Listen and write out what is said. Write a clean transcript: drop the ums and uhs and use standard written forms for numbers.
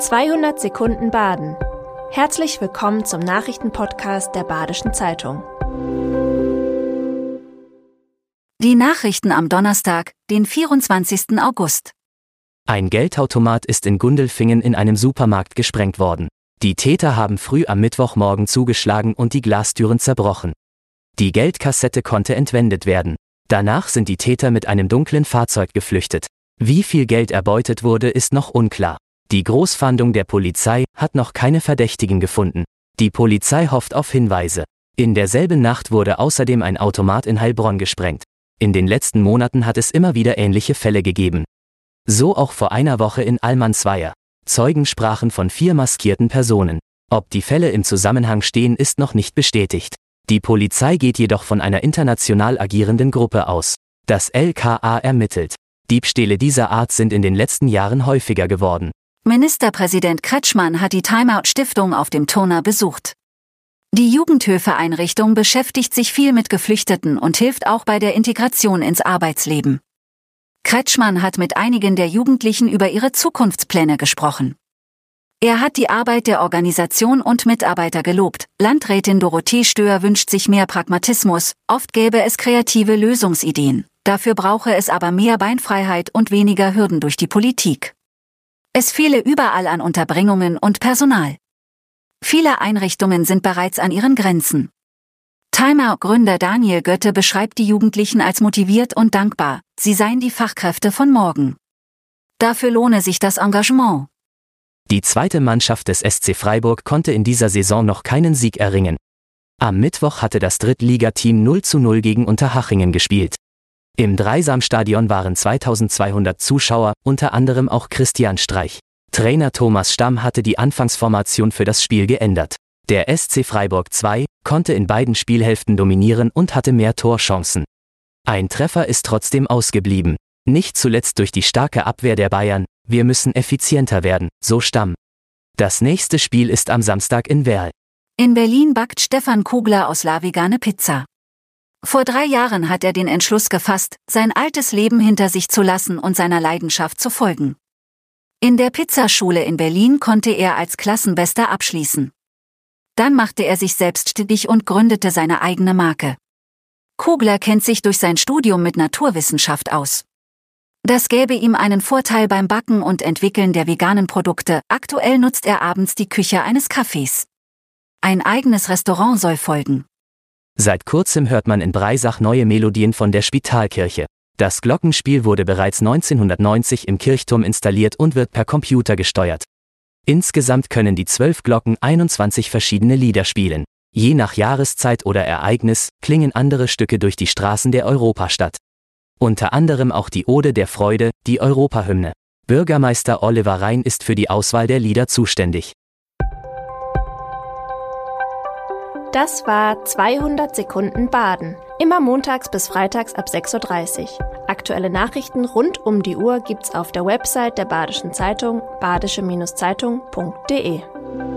200 Sekunden Baden. Herzlich willkommen zum Nachrichtenpodcast der Badischen Zeitung. Die Nachrichten am Donnerstag, den 24. August. Ein Geldautomat ist in Gundelfingen in einem Supermarkt gesprengt worden. Die Täter haben früh am Mittwochmorgen zugeschlagen und die Glastüren zerbrochen. Die Geldkassette konnte entwendet werden. Danach sind die Täter mit einem dunklen Fahrzeug geflüchtet. Wie viel Geld erbeutet wurde, ist noch unklar. Die Großfahndung der Polizei hat noch keine Verdächtigen gefunden. Die Polizei hofft auf Hinweise. In derselben Nacht wurde außerdem ein Automat in Heilbronn gesprengt. In den letzten Monaten hat es immer wieder ähnliche Fälle gegeben. So auch vor einer Woche in Almansweier. Zeugen sprachen von 4 maskierten Personen. Ob die Fälle im Zusammenhang stehen, ist noch nicht bestätigt. Die Polizei geht jedoch von einer international agierenden Gruppe aus. Das LKA ermittelt. Diebstähle dieser Art sind in den letzten Jahren häufiger geworden. Ministerpräsident Kretschmann hat die Time-Out-Stiftung auf dem Turner besucht. Die Jugendhilfeeinrichtung beschäftigt sich viel mit Geflüchteten und hilft auch bei der Integration ins Arbeitsleben. Kretschmann hat mit einigen der Jugendlichen über ihre Zukunftspläne gesprochen. Er hat die Arbeit der Organisation und Mitarbeiter gelobt. Landrätin Dorothee Stöhr wünscht sich mehr Pragmatismus, oft gäbe es kreative Lösungsideen. Dafür brauche es aber mehr Beinfreiheit und weniger Hürden durch die Politik. Es fehle überall an Unterbringungen und Personal. Viele Einrichtungen sind bereits an ihren Grenzen. Time-Out-Gründer Daniel Götte beschreibt die Jugendlichen als motiviert und dankbar, sie seien die Fachkräfte von morgen. Dafür lohne sich das Engagement. Die zweite Mannschaft des SC Freiburg konnte in dieser Saison noch keinen Sieg erringen. Am Mittwoch hatte das Drittligateam 0:0 gegen Unterhachingen gespielt. Im Dreisamstadion waren 2200 Zuschauer, unter anderem auch Christian Streich. Trainer Thomas Stamm hatte die Anfangsformation für das Spiel geändert. Der SC Freiburg 2 konnte in beiden Spielhälften dominieren und hatte mehr Torchancen. Ein Treffer ist trotzdem ausgeblieben. Nicht zuletzt durch die starke Abwehr der Bayern. Wir müssen effizienter werden, so Stamm. Das nächste Spiel ist am Samstag in Werl. In Berlin backt Stefan Kugler aus La vegane Pizza. Vor 3 Jahren hat er den Entschluss gefasst, sein altes Leben hinter sich zu lassen und seiner Leidenschaft zu folgen. In der Pizzaschule in Berlin konnte er als Klassenbester abschließen. Dann machte er sich selbstständig und gründete seine eigene Marke. Kugler kennt sich durch sein Studium mit Naturwissenschaft aus. Das gäbe ihm einen Vorteil beim Backen und Entwickeln der veganen Produkte. Aktuell nutzt er abends die Küche eines Cafés. Ein eigenes Restaurant soll folgen. Seit kurzem hört man in Breisach neue Melodien von der Spitalkirche. Das Glockenspiel wurde bereits 1990 im Kirchturm installiert und wird per Computer gesteuert. Insgesamt können die 12 Glocken 21 verschiedene Lieder spielen. Je nach Jahreszeit oder Ereignis klingen andere Stücke durch die Straßen der Europastadt. Unter anderem auch die Ode der Freude, die Europahymne. Bürgermeister Oliver Rhein ist für die Auswahl der Lieder zuständig. Das war 200 Sekunden Baden. Immer montags bis freitags ab 6:30 Uhr. Aktuelle Nachrichten rund um die Uhr gibt's auf der Website der Badischen Zeitung, badische-zeitung.de.